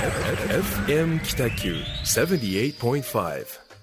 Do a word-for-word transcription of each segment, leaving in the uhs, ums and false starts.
エフエム 北九 セブンティエイトポイントファイブ。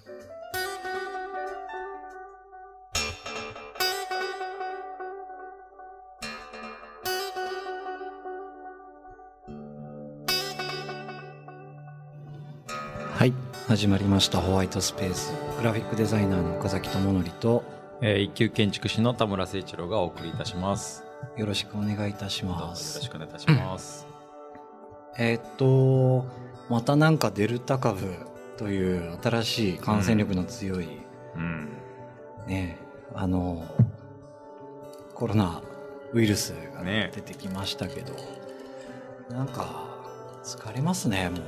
はい、始まりましたホワイトスペース。グラフィックデザイナーの岡崎智則と、 えー、一級建築士の田村誠一郎がお送りいたします。 よろしくお願いいたします。 よろしくお願いいたします。 えーっとまたなんかデルタ株という新しい感染力の強い、 うん、 ね、あのコロナウイルスが出てきましたけど、ね、なんか疲れますねもう。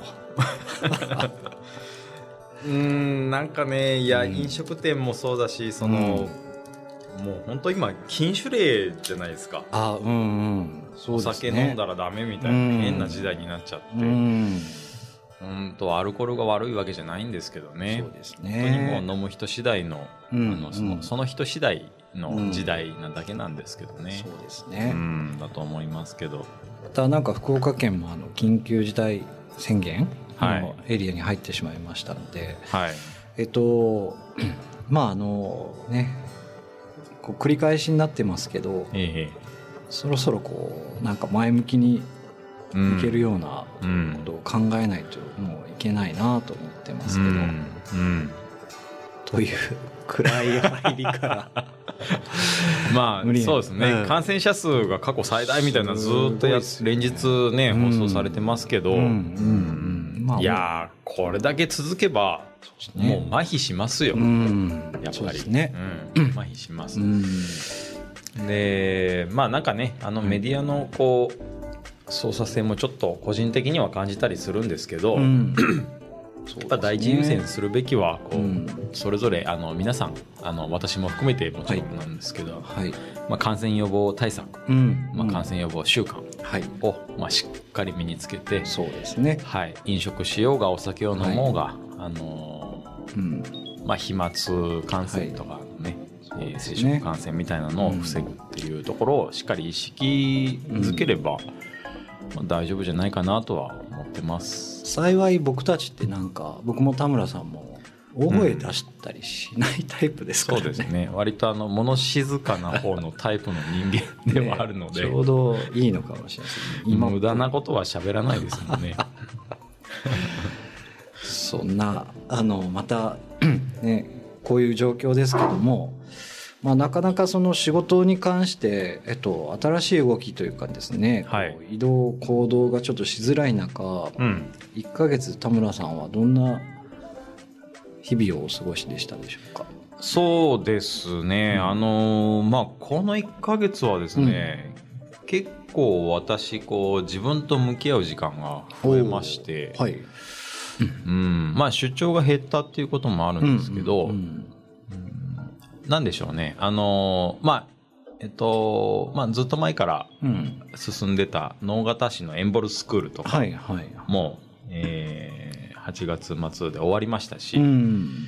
うーんなんかね、いや、うん、飲食店もそうだし、その、うん、もう本当今禁酒令じゃないですか。 あ、うんうん、そうですね。 お酒飲んだらダメみたいな、うん、変な時代になっちゃって、うん、うんとアルコールが悪いわけじゃないんですけどね。そうですね。本当にもう飲む人次第の、うん、あのその、その人次第の時代なだけなんですけどね。 うん、そうですね。 うん、だと思いますけど。 またなんか福岡県もあの緊急事態宣言のエリアに入ってしまいましたので、はい、えっとまああのね、こう繰り返しになってますけど、ええ、そろそろこうなんか前向きにいけるようなことを考えないともういけないなと思ってますけど、うんうん、という暗い入りからまあそうですね、うん、感染者数が過去最大みたいなずっとや、ね、連日ね、うん、放送されてますけど、うんうんうん、まあ、いやこれだけ続けば、ね、もう麻痺しますよ、うん、やっぱり、ね、うん、麻痺します、うん、でまあなんかね、あのメディアのこう操作性もちょっと個人的には感じたりするんですけど、うんやっぱ第一優先するべきはこう、うん、それぞれあの皆さんあの私も含めてもちろんなんですけど、はいまあ、感染予防対策、うんまあ、感染予防習慣を、まあ、しっかり身につけて、そうですねはい、飲食しようがお酒を飲もうが、はいあのうんまあ、飛沫感染とかね、はいえー、接触感染みたいなのを防ぐっていうところをしっかり意識づければ、うんまあ、大丈夫じゃないかなとは思ってます。 幸い僕たちってなんか僕も田村さんも大声出したりしないタイプですからね、 うん、そうですね。割とあの物静かな方のタイプの人間ではあるので、 ね、ちょうどいいのかもしれないですね。 今無駄なことは喋らないですもんね。 そんなあのまたねこういう状況ですけども、まあ、なかなかその仕事に関して、えっと、新しい動きというかですね、はい、移動行動がちょっとしづらい中、うん、いっかげつ田村さんはどんな日々をお過ごしでしたでしょうか。 そうですね、うん、あのまあこのいっかげつはですね、うん、結構私こう自分と向き合う時間が増えまして、はいうん、まあ出張が減ったっていうこともあるんですけど、うんうんうんなんでしょうね。あのー、まあ、えっと、まあ、ずっと前から進んでた直方市のエンボルスクールとか、はいはい、もう、えー、はちがつ末で終わりましたし、うんうん、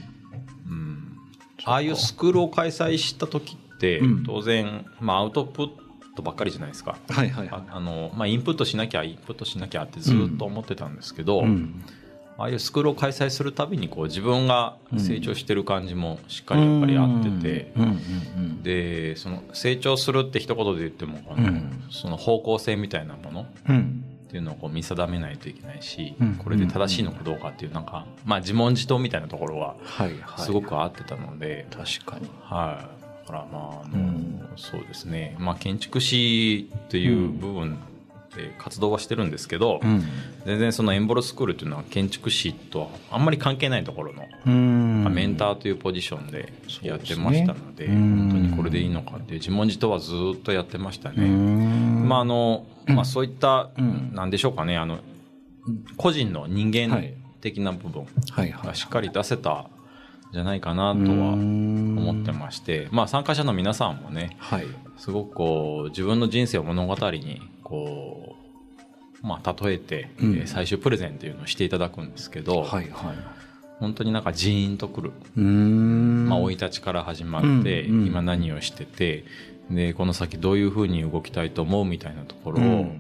ああいうスクールを開催した時って、うん、当然、まあ、アウトプットばっかりじゃないですか。はいはいはい、ああのまあ、インプットしなきゃ、インプットしなきゃってずっと思ってたんですけど、うんうんああいうスクールを開催するたびにこう自分が成長してる感じもしっかりやっぱりあってて、でその成長するって一言で言ってもあのその方向性みたいなものっていうのをこう見定めないといけないし、これで正しいのかどうかっていうなんかまあ自問自答みたいなところはすごく合ってたので、 確かにはいだからまああのそうですね、まあ建築士っていう部分で活動はしてるんですけど、うん、全然そのエンボルスクールっていうのは建築士とはあんまり関係ないところのうんメンターというポジションでやってましたの で, で、ね、本当にこれでいいのかっていう自問自答はずっとやってましたね。まああのまあ、そういった、うん、なんでしょうかねあの個人の人間的な部分がしっかり出せたじゃないかなとは思ってまして、まあ、参加者の皆さんもね、はい、すごくこう自分の人生を物語にこう、まあ、例えて、うん、最終プレゼンというのをしていただくんですけど、はいはい、本当になんかジーンとくる生、まあ、い立ちから始まって、うんうん、今何をしててでこの先どういうふうに動きたいと思うみたいなところを、うん、あの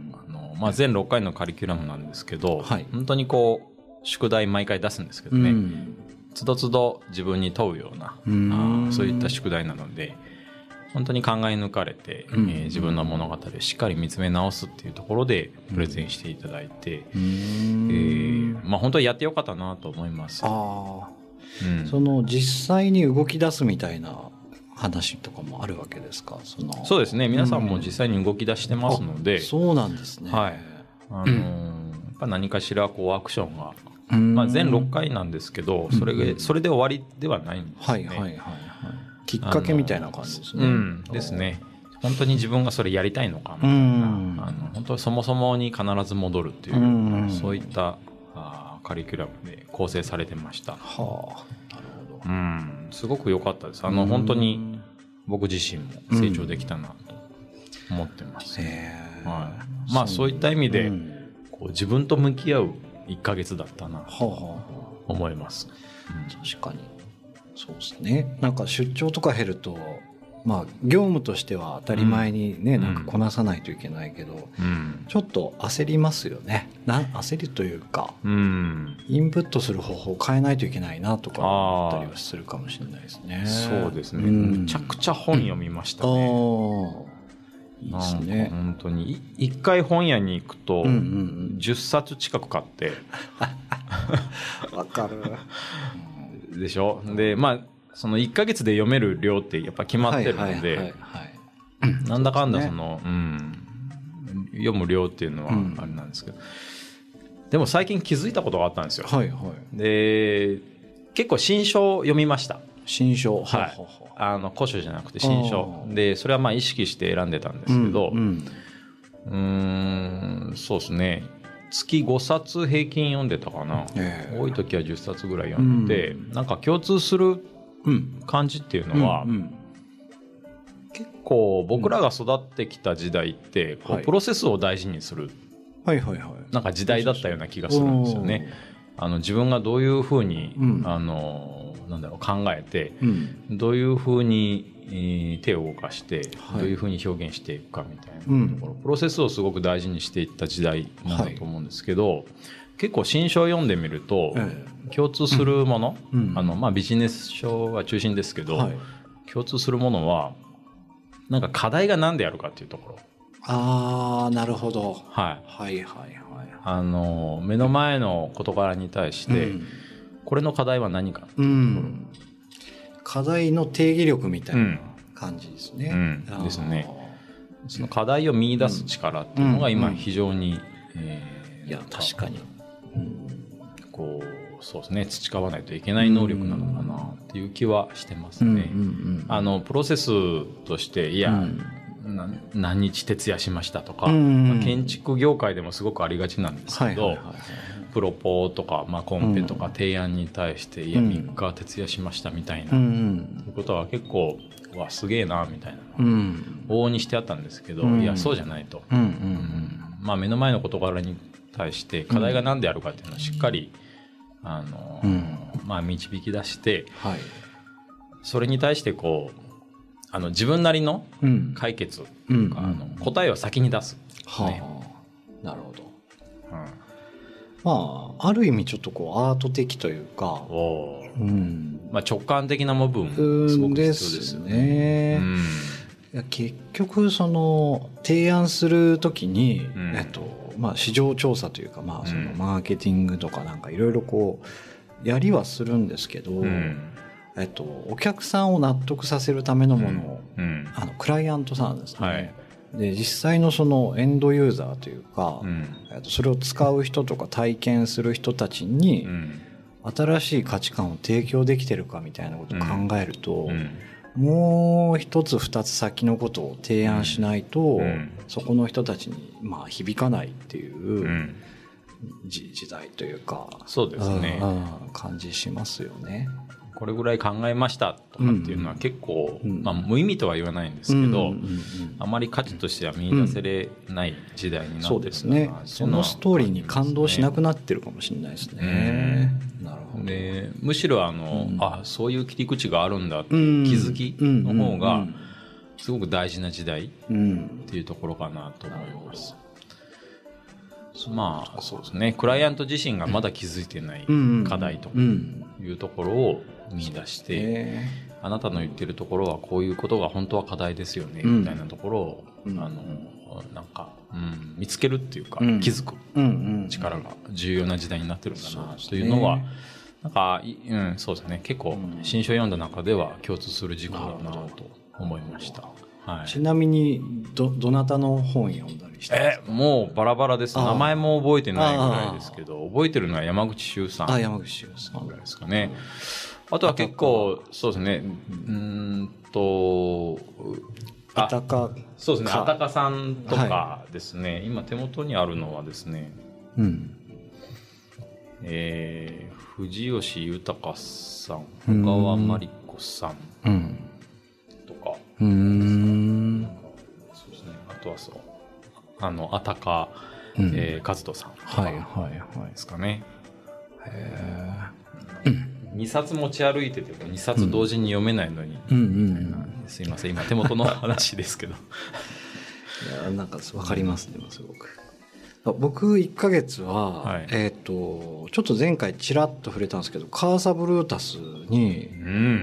の、まあ、全ろっかいのカリキュラムなんですけど、 はい、 本当にこう宿題毎回出すんですけどね、うん、つどつど自分に問うような、うん、あそういった宿題なので本当に考え抜かれて、うん、えー、自分の物語をしっかり見つめ直すっていうところでプレゼンしていただいて、うん、えーまあ、本当にやってよかったなと思います。 あ、うん、その実際に動き出すみたいな話とかもあるわけですか？そのそうですね、皆さんも実際に動き出してますので、うん、 そうなんですね、 はい、あのーうん、やっぱ何かしらこうアクションが、まあ、全ろっかいなんですけど、それがそれで終わりではないんですね。はいはいはいはい、 きっかけみたいな感じですね。 うん、ですね。本当に自分がそれやりたいのかみたいな、あの本当にそもそもに必ず戻るっていう、うん、そういったあカリキュラムで構成されてました。はあ、なるほど。うん、すごく良かったです。あの本当に僕自身も成長できたなと思ってます。うん、はい、まあそういった意味で、うん、こう自分と向き合ういっかげつだったなと思います。はあはあ、確かに。そうですね。なんか出張とか減ると、まあ業務としては当たり前にね、うん、なんかこなさないといけないけど、うん、ちょっと焦りますよね。な焦りというか、うん、インプットする方法を変えないといけないなとか思ったりはするかもしれないですね。 そうですね。うん、むちゃくちゃ本読みましたね。うん、いいですね。本当に一回本屋に行くとじゅっさつ近く買って、 わかる。 でしょ。で、まあそのいっかげつで読める量ってやっぱ決まってるので、なんだかんだその、うん、読む量っていうのはあれなんですけど、うん、でも最近気づいたことがあったんですよ。はいはい、で結構新書読みました。 新書、 はい、あの古書じゃなくて新書で、それはまあ意識して選んでたんですけど、うん、うーん、そうですね。月ごさつ平均読んでたかな、えー、多い時はじゅっさつぐらい読んでて、うん、なんか共通する感じっていうのは、うんうん、結構僕らが育ってきた時代ってこう、はい、プロセスを大事にする、はいはいはい、なんか時代だったような気がするんですよね。あの自分がどういうふうに、うん、あのなんだろう考えて、うん、どういうふうに手を動かして、はい、どういうふうに表現していくかみたいなところ、うん、プロセスをすごく大事にしていった時代なんだと思うんですけど、はい、結構新書を読んでみると、ええ、共通するもの、うん、あのまあ、ビジネス書が中心ですけど、はい、共通するものはなんか課題が何であるかっていうところ。 あー、なるほど、 はい、 はいはいはい、 あの目の前の事柄に対して、うん、これの課題は何かっていうところ、うん、 課題の定義力みたいな感じですね。 うんうん、ですね。その課題を見出す力っていうのが今非常に、うんうん、えー、いや確かに、 うん、こうそうですね、培わないといけない能力なのかなっていう気はしてますね。うんうんうん、あのプロセスとしていや、うん、何日徹夜しましたとか、うんうんまあ、建築業界でもすごくありがちなんですけど、はいはいはいはい、プロポとか、まあ、コンペとか提案に対して、うん、いやみっか徹夜しましたみたいな、うん、いうことは結構わすげえなみたいな、うん、往々にしてあったんですけど、うん、いやそうじゃないと、うんうんうんまあ、目の前の事柄に対して課題が何であるかっていうのをしっかり、あの、うんまあ、導き出して、はい、それに対してこうあの自分なりの解決、うん、あの答えを先に出す、ねはあ、なるほど、うん、まあある意味ちょっとこうアート的というか、 うんまあ、直感的な部分すごく必要ですよね。 うん、いや結局その提案するときに、うんえっとまあ、市場調査というか、まあ、そのマーケティングとかなんかいろいろこうやりはするんですけど、うんえっと、お客さんを納得させるためのものを、うんうん、あのクライアントさんですね、はい、で実際のそのエンドユーザーというか、うん、えっと、それを使う人とか体験する人たちに、うん、新しい価値観を提供できてるかみたいなことを考えると、うんうん、もう一つ二つ先のことを提案しないと、うん、そこの人たちにまあ響かないっていう、うん時代というかそうですね感じしますよね。 これぐらい考えましたとかっていうのは結構、うんまあ、無意味とは言わないんですけど、うんうんうん、あまり価値としては見出せれない時代になってる、うん、そうですね。 そのストーリーに感動しなくなってるかもしれないですね。うん、なるほど。 でむしろあの、うん、あそういう切り口があるんだっていう気づきの方がすごく大事な時代っていうところかなと思います。 まあそうですね、クライアント自身がまだ気づいてない課題というところを見出して、あなたの言ってるところはこういうことが本当は課題ですよねみたいなところを、うん、あのなんか、うん、見つけるっていうか、うん、気づく力が重要な時代になってるんだなというのは、うん、なんか、うん、そうですね、結構新書読んだ中では共通する事項だなと思いました。はい、 ちなみに ど, どなたの本読んだりしてますか？ えもうバラバラです。名前も覚えてないぐらいですけど、覚えてるのは山口周さん。 あ、山口周さんぐらいですかね。あとは結構そうですね。うんとあたかそうですね。あたかさんとかですね。はい、今手元にあるのはですね。うん。えー、藤吉豊さん、小川真理子さん。うん。とか。うーん。そうですね。あとはそう。あの、あたか、うん、えー、和人さんとか。はいはいはい。ですかね。へー。うんにさつ持ち歩いててもにさつ同時に読めないのに、うんうんうん、すいません今手元の話ですけどいやなんか分かりますね、すごく。僕いっかげつは、はい、えー、とちょっと前回ちらっと触れたんですけどカーサブルータスに、うん、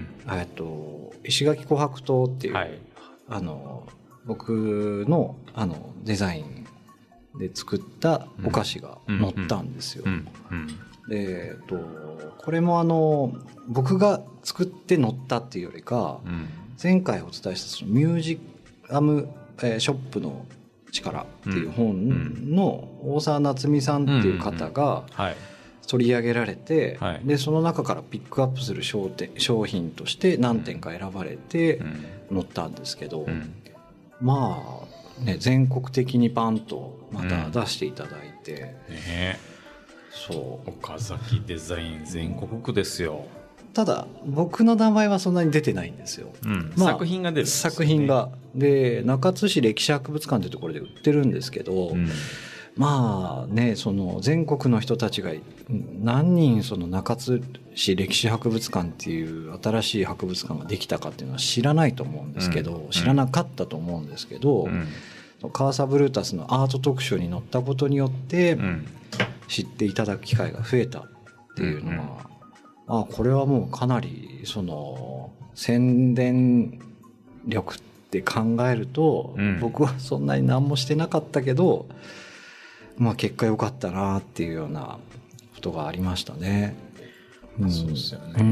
えー、と石垣琥珀糖っていう、はい、あの僕 の, あのデザインで作ったお菓子が載ったんですよ。で、えっと、これもあの僕が作って載ったっていうよりか、うん、前回お伝えしたそのミュージアム、えー、ショップの力っていう本の大沢夏美さんっていう方が取り上げられて、はい、でその中からピックアップする商店商品として何点か選ばれて載ったんですけど、うん、まあ、ね、全国的にバンとまた出していただいて、うんね、 そう岡崎デザイン全国区ですよ。 ただ僕の名前はそんなに出てないんですよ、 うんまあ、作品が出るんですよね。 作品がで中津市歴史博物館というところで売ってるんですけど、うん、まあねその全国の人たちが何人その中津市歴史博物館っていう新しい博物館ができたかっていうのは知らないと思うんですけど、うん、知らなかったと思うんですけど、うん、カーサブルータスのアート特集に載ったことによって知っていただく機会が増えたっていうのは、うんうんあこれはもうかなりその宣伝力って考えると、うん、僕はそんなに何もしてなかったけど、まあ、結果良かったなっていうようなことがありましたね。 うん、そうですよね、うん、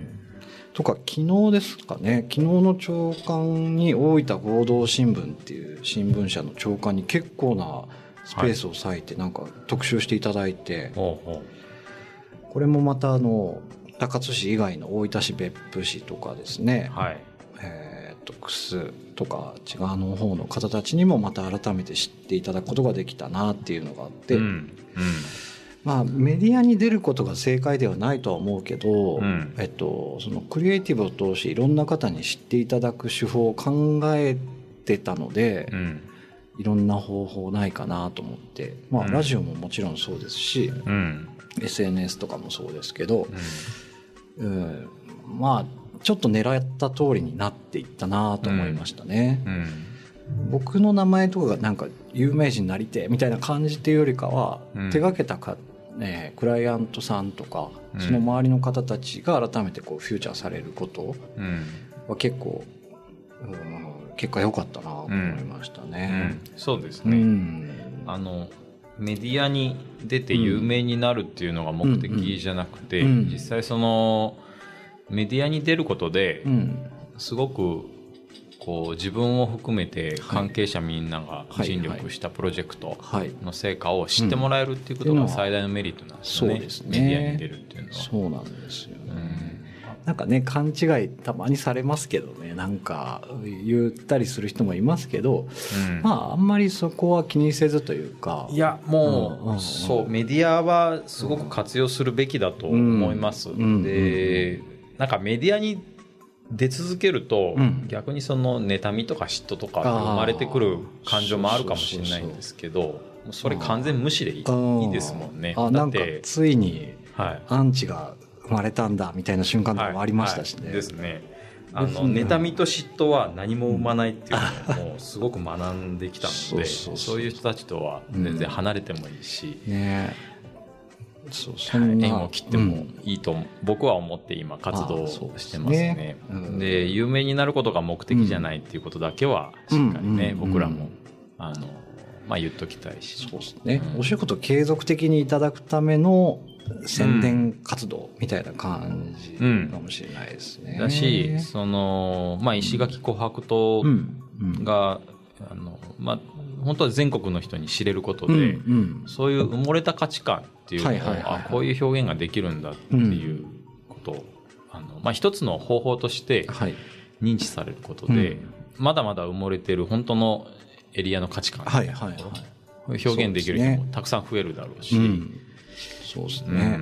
とか昨日ですかね昨日の朝刊に大分合同新聞っていう新聞社の朝刊に結構なスペースを割いてなんか特集していただいて、はい、これもまたあの高津市以外の大分市別府市とかですね、はいえー、と楠とか違うの方の方たちにもまた改めて知っていただくことができたなっていうのがあって、うんうんまあ、メディアに出ることが正解ではないとは思うけど、うんえっと、そのクリエイティブを通していろんな方に知っていただく手法を考えてたので、うん、いろんな方法ないかなと思って、まあ、ラジオももちろんそうですし、うん、エスエヌエス とかもそうですけど、うんうん、まあちょっと狙った通りになっていったなと思いましたね、うんうん、僕の名前とかがなんか有名人になりてみたいな感じっていうよりかは、うん、手がけたか、ね、クライアントさんとか、うん、その周りの方たちが改めてこうフューチャーされることは結構、うん、結果良かったなと思いましたね、 うんうん、そうですね、うん、あのメディアに出て有名になるっていうのが目的じゃなくて、うんうん、実際そのメディアに出ることですごくこう自分を含めて関係者みんなが尽力したプロジェクトの成果を知ってもらえるっていうことが最大のメリットなんですよね、うん、そうですね、メディアに出るっていうのは。 そうなんですよね、うんなんかね勘違いたまにされますけどねなんか言ったりする人もいますけど、うん、まああんまりそこは気にせずというかいやもう、うんうんうん、そうメディアはすごく活用するべきだと思います、うん、で、うん、なんかメディアに出続けると、うん、逆にその妬みとか嫉妬とか生まれてくる感情もあるかもしれないんですけどそれ完全無視でいい、いいですもんね。 あなんかついにアンチが生まれたんだみたいな瞬間とかもありましたしね、 はいはい、ですね。 あの妬みと嫉妬は何も生まないっていうのをもうすごく学んできたので、そういう人たちとは全然離れてもいいし、うんね、そうそんな縁を切ってもいいと僕は思って今活動してますね。で、ねうん、で有名になることが目的じゃないっていうことだけはしっかりね、うん、僕らもあの、まあ、言っときたいし、 そうですね、うん、お仕事を継続的にいただくための宣伝活動みたいな感じかもしれないですね。 うん、だし、その、まあ、石垣琥珀糖が、あの、まあ、本当は全国の人に知れることで、うんうん、そういう埋もれた価値観っていうのを、はいはいはいはい、あ、こういう表現ができるんだっていうことを、うん、あの、まあ、一つの方法として認知されることで、はいうん、まだまだ埋もれてる本当のエリアの価値観、はいはいはい、表現できる人もたくさん増えるだろうし、 そうですね。うん、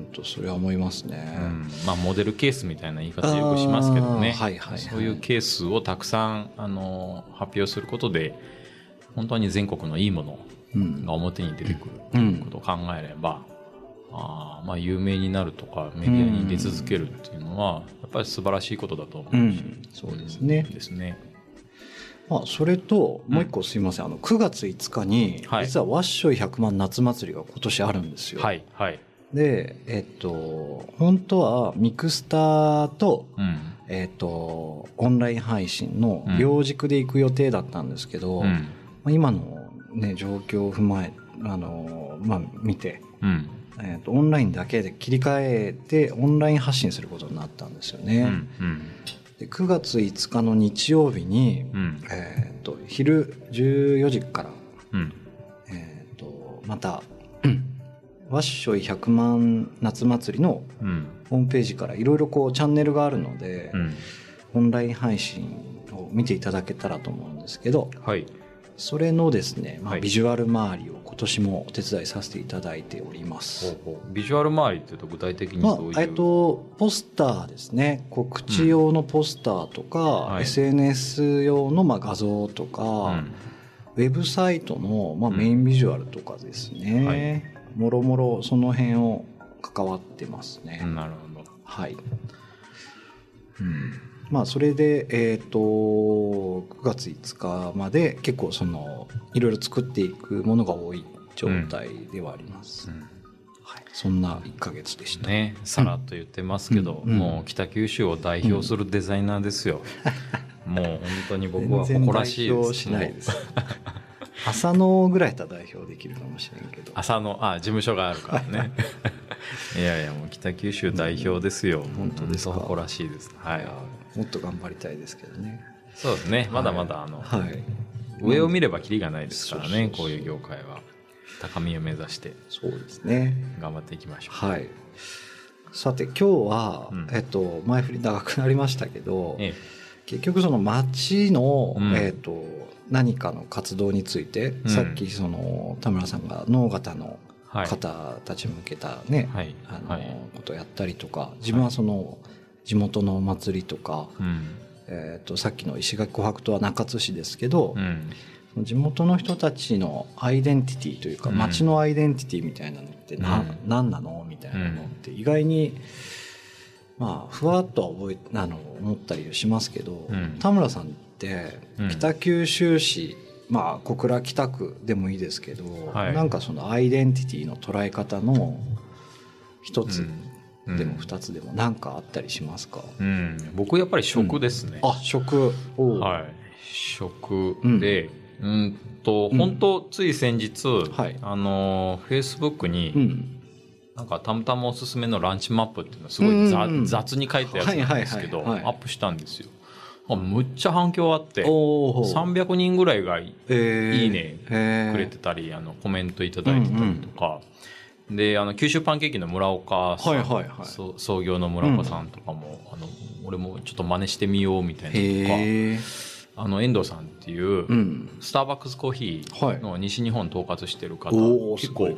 とそれは思いますね。うん、 まあモデルケースみたいな言い方よくしますけどね。はいはいはい、そういうケースをたくさんあの発表することで、本当に全国のいいものが表に出てくるということを考えれば、うん、あまあ有名になるとかメディアに出続けるっていうのはやっぱり素晴らしいことだと思うし、うん、 そうですね。 ですね。 まあ、それともう一個すいません、うん、あのくがついつかに実はわっしょいひゃくまん夏祭りが今年あるんですよ。はいはい、でえっと本当はミクスターと、うんえっとオンライン配信の両軸で行く予定だったんですけど、うんまあ、今の、ね、状況を踏まえあの、まあ、見て、うんえっとオンラインだけで切り替えてオンライン発信することになったんですよね。うんうんでくがついつかの日曜日に、うんえー、と昼じゅうよじから、うんえー、とまた、うん、わっしょいひゃくまん夏祭りのホームページからいろいろこうチャンネルがあるので、うん、オンライン配信を見ていただけたらと思うんですけど、はい、それのですね、まあ、ビジュアル周りを今年もお手伝いさせていただいております。 ほうほうビジュアル周りっていうと具体的にどういう、 まあえっと、ポスターですね、告知用のポスターとか、うんはい、エスエヌエス 用のまあ画像とか、うん、ウェブサイトのまあメインビジュアルとかですね、うんはい、もろもろその辺を関わってますね。 なるほど。 はい。うんまあ、それで、えー、とくがついつかまで結構そのいろいろ作っていくものが多い状態ではあります、うんうんはい、そんないっかげつでしたね。さらっと言ってますけど、うん、もう北九州を代表するデザイナーですよ、うん、もう本当に僕は誇らしいです。 代表しないです浅野ぐらいだったら代表できるかもしれんけど、 浅野あ事務所があるからねいやいやもう北九州代表ですよ、うん、本当ですか。誇らしいです、はい、 もっと頑張りたいですけどね。 そうですね、まだまだあの、はい、上を見ればキリがないですからね、うん、こういう業界は高みを目指してそうですね頑張っていきましょう。はい、さて今日は、うんえっと、前振り長くなりましたけど、ええ、結局その町の、うんえっと、何かの活動について、うん、さっきその田村さんが脳型の方たち向けたね、はい、あの、はい、ことをやったりとか、自分はその地元のお祭りとか、うんえー、とさっきの石垣琥珀糖は中津市ですけど、うん、地元の人たちのアイデンティティというか、うん、町のアイデンティティみたいなのって何、うん、何なのみたいなのって意外に、まあ、ふわっとは覚えあの思ったりしますけど、うん、田村さんって北九州市、まあ、小倉北区でもいいですけど、はい、なんかそのアイデンティティの捉え方の一つ、うん、でも二つでも何かあったりしますか？ うん、僕やっぱり食ですね、 うん、あ食はい食で、うん、うんと本当つい先日、はい、あのフェイスブックに、うんなんかたまたまおすすめのランチマップっていうのはすごい 雑,、うんうん、雑に書いたやつなんですけど、はいはいはいはい、アップしたんですよ。むっちゃ反響あってさんびゃくにんぐらいがいいねくれてたりあのコメントいただいてたりとか、うんうん、であの九州パンケーキの村岡さん、はいはいはい、創業の村岡さんとかも、うん、あの俺もちょっと真似してみようみたいなとかあの遠藤さんっていう、うん、スターバックスコーヒーの西日本統括してる方、はい、結構、うん、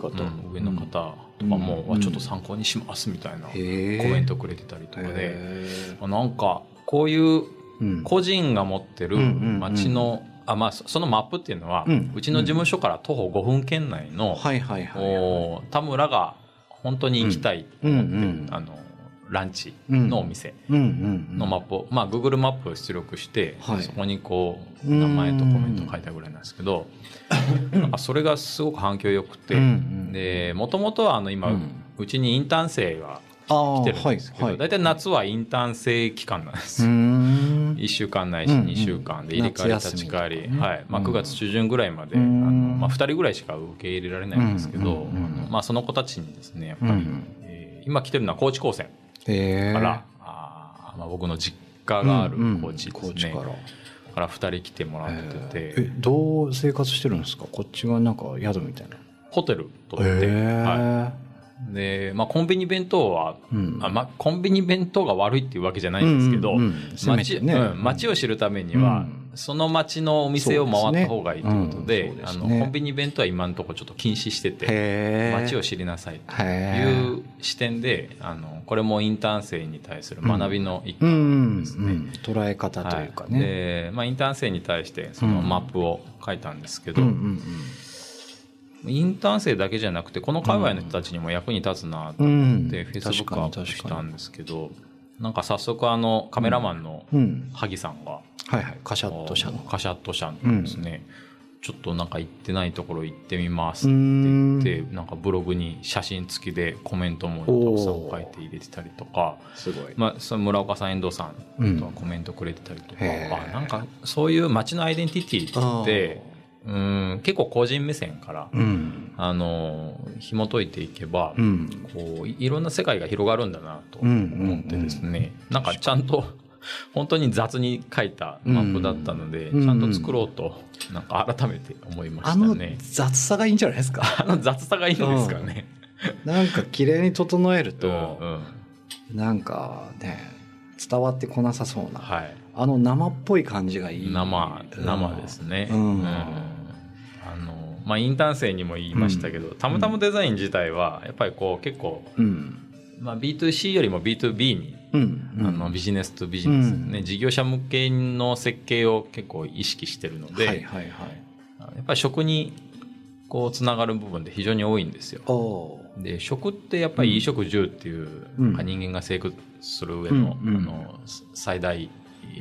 上の方とかも、うん、ちょっと参考にしますみたいなコメントくれてたりとかで、なんかこういう個人が持ってる街の、あまあ、そのマップっていうのは、うん、うちの事務所から徒歩ごふん圏内の田村が本当に行きたいと思って、うんうん、あのランチのお店のマップを、まあ、Google マップを出力して、はい、そこにこう名前とコメントを書いたぐらいなんですけど、なんかそれがすごく反響良くて、でもともとはあの今、うん、うちにインターン生が来てるんですけど、はいはい、大体夏はインターン生期間なんですよ。いっしゅうかんないしにしゅうかんで入れ替わり立ち替わり、ね、はい、まあ、くがつ中旬ぐらいまであの、まあ、ふたりぐらいしか受け入れられないんですけど、まあ、その子たちにですねやっぱり、えー、今来てるのは高知高専からあ、まあ、僕の実家がある高知ですね、からからふたり来てもらってて、 えどう生活してるんですか？こっちがなんか宿みたいなホテルとって、はいでまあ、コンビニ弁当は、うんあまあ、コンビニ弁当が悪いっていうわけじゃないんですけど、うんうんうん街ねうん、街を知るためには、うん、その街のお店を回った方がいいということで、うん、あのコンビニ弁当は今のところちょっと禁止してて街を知りなさいという視点であのこれもインターン生に対する学びの一環ですね、うんうんうん、 捉え方というかね、 はいでまあ、インターン生に対してそのマップを書いたんですけど、うんうんうんインターン生だけじゃなくてこの界隈の人たちにも役に立つなと思ってフェイスブックアップしたんですけど、なんか早速あのカメラマンの萩さんがカシャッと社のカシャッと社のですね、ちょっとなんか行ってないところ行ってみますって言ってなんかブログに写真付きでコメントもたくさん書いて入れてたりとか、 すごい、 まあ、その村岡さん遠藤さんとはコメントくれてたりとか、あなんかそういう街のアイデンティティってうん結構個人目線から、うん、あの紐解いていけば、うん、こういろんな世界が広がるんだなと思ってですね、うんうんうん、なんかちゃんと本当に雑に書いたマップだったので、うん、ちゃんと作ろうとなんか改めて思いましたね。 あの雑さがいいんじゃないですか？ あの雑さがいいんですかね、 うん、なんか綺麗に整えると、うんうん、なんかね伝わってこなさそうな、はい、あの生っぽい感じがいい。 生生ですね、うんうん、あのまあ、インターン生にも言いましたけど、うん、たむたむデザイン自体はやっぱりこう結構、うんまあ、ビーツーシー よりも ビーツービー に、うんうん、あのビジネスとビジネス、ねうん、事業者向けの設計を結構意識してるので、はいはいはい、やっぱり食にこうつながる部分で非常に多いんですよ。で食ってやっぱり衣食住っていう、うん、人間が生活する上の、うん、あの最大、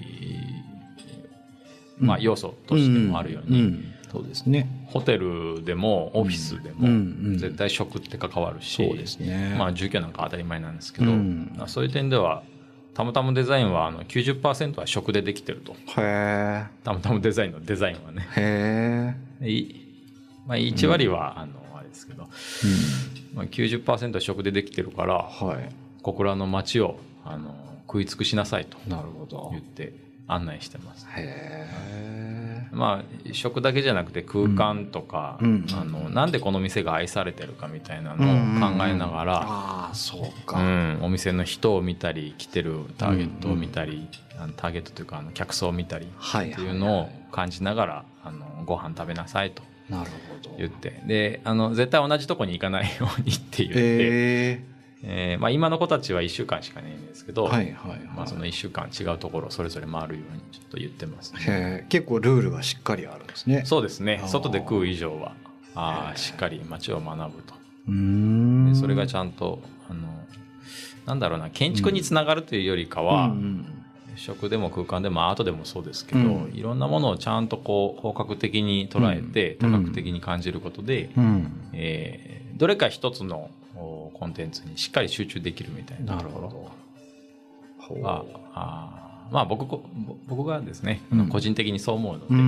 まあ、要素としてもあるように、うんうん、 そうですね、 ホテルでもオフィスでも絶対食って関わるし、 そうですね、 まあ、住居なんか当たり前なんですけど、うん、そういう点ではたむたむデザインはあの きゅうじゅっパーセント は食でできてると。へー。たむたむデザインのデザインはね。へー。まあ、いち割は、うん、あのあれですけど、うんまあ、きゅうじゅっパーセント は食でできてるから、はい、小倉の街をあの食い尽くしなさいと言って案内してます。へー。まあ、食だけじゃなくて空間とか、うん、あのなんでこの店が愛されてるかみたいなのを考えながら、うんうんうん、 あそうか、 うん、お店の人を見たり来てるターゲットを見たり、うんうん、ターゲットというかあの客層を見たりっていうのを感じながら、あのご飯食べなさいと言ってであの絶対同じとこに行かないようにって言って、えーえーまあ、今の子たちはいっしゅうかんしかねえんですけど、はいはいはいまあ、そのいっしゅうかん違うところをそれぞれ回るようにちょっと言ってますね。 へ結構ルールがしっかりあるんですね。 そうですね、外で食う以上はあしっかり街を学ぶと。うーんでそれがちゃんとあのなんだろうな建築につながるというよりかは、うんうんうん食でも空間でもアートでもそうですけど、うん、いろんなものをちゃんとこう包括的に捉えて、うん、多角的に感じることで、うんえー、どれか一つのコンテンツにしっかり集中できるみたいなところがあまあ僕僕がですね、うん、個人的にそう思うので、うん、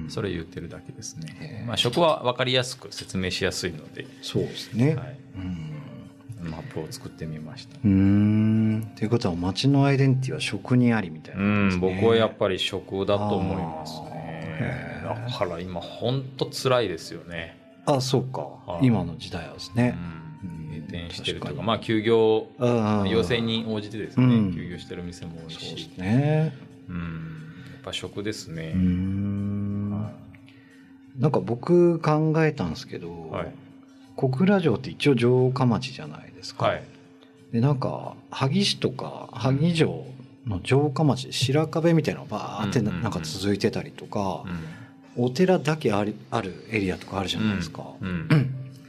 それ言ってるだけですね。まあ、食は分かりやすく説明しやすいのでそうですね、はいうんマップを作ってみました。 うーんということは街のアイデンティティは食にありみたいな、ね、 うん僕はやっぱり食だと思いますね。だから今本当辛いですよね。 あそうか今の時代はですね、 うん、閉店してるとかまあ休業要請に応じてですね、うん、休業してる店も多いしそうですね、うん、やっぱ食ですね。うーん、 はい、なんか僕考えたんですけど、はい小倉城って一応城下町じゃないですか、はい、でなんか萩市とか萩城の城下町で白壁みたいなのがバーってなんか続いてたりとか、うんうんうん、お寺だけある、あるエリアとかあるじゃないですか、うんうん、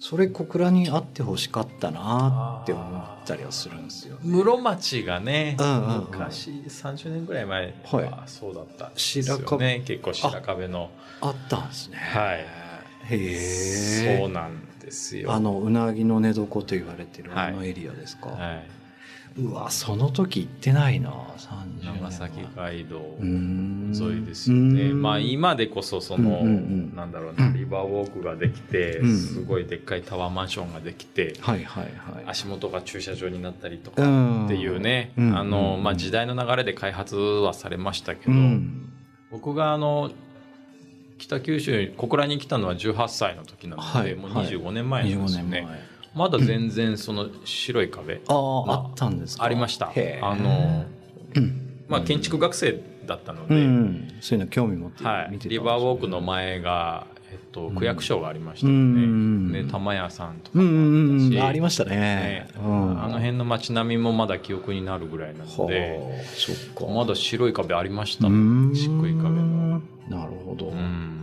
それ小倉にあってほしかったなって思ったりはするんですよ、ね、 室町がね、 うんうんうん、 昔さんじゅうねんぐらい前はそうだったんですよね、 白壁結構白壁のあ, あったんですね。 はい、 へえ。 そうなんですよ。 あのうなぎの寝床と言われてるあのエリアですか。 はいはい、 うわその時行ってないな。さんじゅうねん長崎街道沿沿いですよね。まあ今でこそその、うんうんうん、なんだろうな、リバーウォークができて、うん、すごいでっかいタワーマンションができて、 はいはいはい、 足元が駐車場になったりとかっていうね、うん、あのまあ時代の流れで開発はされましたけど、うん、僕があの北九州小倉に来たのはじゅうはっさいの時なので、はい、もうにじゅうごねんまえなんですよね。まだ全然その白い壁、 ああ、まあ、あったんですか。 ありました。あの、うん、まあ建築学生だったので、うん、 そういうの興味持って見てた、 はい、リバーウォークの前が、えっと、区役所がありましたので、うん、で玉屋さんとかもあったし、 うん、ありましたね、 ね、うん、あの辺の街並みもまだ記憶になるぐらいなので、そっか、まだ白い壁ありましたもん、漆喰壁の。 なるほど。うん、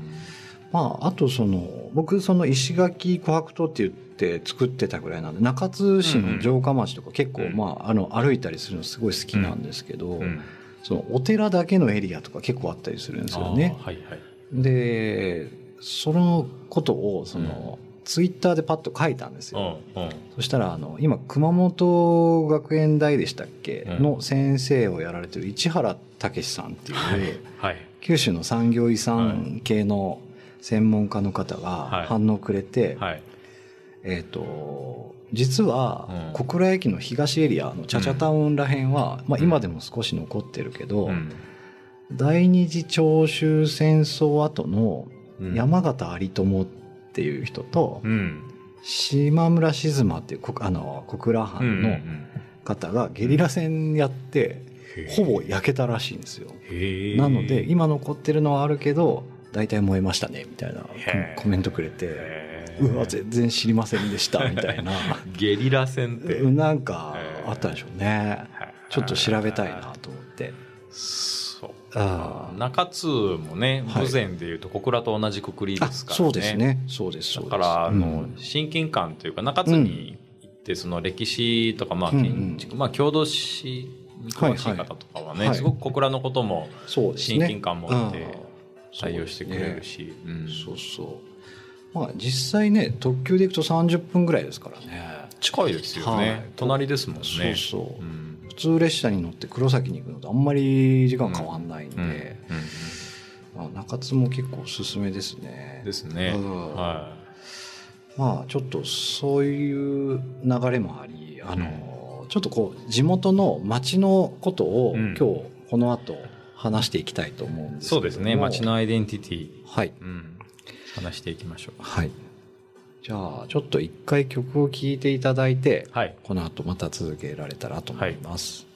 まあ、あとその僕その石垣琥珀島って言って作ってたぐらいなんで、中津市の城下町とか結構、まあ、あの歩いたりするのすごい好きなんですけど、うんうん、そのお寺だけのエリアとか結構あったりするんですよね。はいはい、でそのことをその、うん、ツイッターでパッと書いたんですよ。うんうん、そしたらあの今熊本学園大でしたっけ、うん、の先生をやられてる市原武さんっていう、はいはい、九州の産業遺産系の専門家の方が反応くれて、はいはい、えーと、実は小倉駅の東エリアのチャチャタウンらへんは、うん、まあ、今でも少し残ってるけど、うん、第二次長州戦争後の山形有朋っていう人と、うん、島村静馬っていうあの小倉藩の方がゲリラ戦やって、ほぼ焼けたらしいんですよ。なので今残ってるのはあるけど大体燃えましたねみたいなコメントくれて、うわ全然知りませんでしたみたいなゲリラ戦ってなんかあったでしょうね。ちょっと調べたいなと思って。 そうあ中津もね、豊前でいうと小倉と同じくくりですからね。 そうですね、そうですそうです。 だからあの、うん、親近感というか中津に行ってその歴史とかまあ建築、うんうん、まあ郷土史に詳しい方とかはね、はいはい、すごく小倉のことも親近感持って対応してくれるし、 そう、ねうん、そうそうまあ実際ね特急で行くとさんじゅっぷんぐらいですからね。近いですよね、はい、隣ですもんね。 そうそう、うん、普通列車に乗って黒崎に行くのとあんまり時間変わんないんで、うんうんうんまあ、中津も結構おすすめですね。 ですね、うんはい、 まあちょっとそういう流れもありあの、うん、ちょっとこう地元の町のことを、うん、今日この後話していきたいと思うんですけども。 そうですね、町のアイデンティティ、 はいうん、話していきましょう。 はい、じゃあちょっと一回曲を聴いていただいて、 はい、 この後また続けられたらと思います。はい。